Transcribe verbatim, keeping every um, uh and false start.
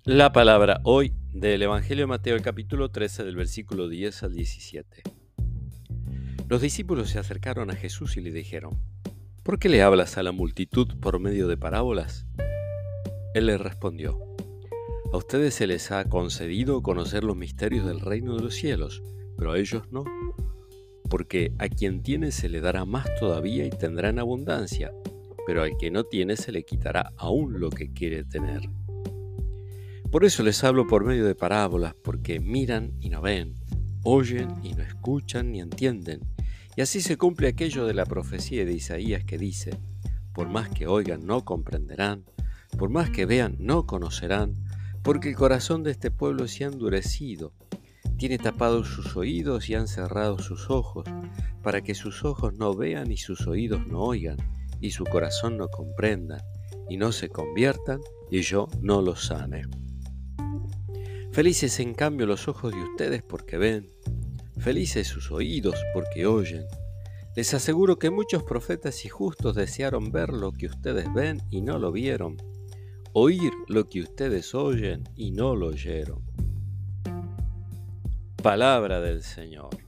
La palabra hoy del Evangelio de Mateo, el capítulo trece, del versículo diez al diecisiete. Los discípulos se acercaron a Jesús y le dijeron: ¿Por qué le hablas a la multitud por medio de parábolas? Él les respondió: A ustedes se les ha concedido conocer los misterios del reino de los cielos, pero a ellos no. Porque a quien tiene se le dará más todavía y tendrá en abundancia, pero al que no tiene se le quitará aún lo que quiere tener. Por eso les hablo por medio de parábolas, porque miran y no ven, oyen y no escuchan ni entienden. Y así se cumple aquello de la profecía de Isaías que dice: por más que oigan no comprenderán, por más que vean no conocerán, porque el corazón de este pueblo se ha endurecido, tiene tapados sus oídos y han cerrado sus ojos, para que sus ojos no vean y sus oídos no oigan, y su corazón no comprenda, y no se conviertan, y yo no los sane. Felices en cambio los ojos de ustedes porque ven, felices sus oídos porque oyen. Les aseguro que muchos profetas y justos desearon ver lo que ustedes ven y no lo vieron, oír lo que ustedes oyen y no lo oyeron. Palabra del Señor.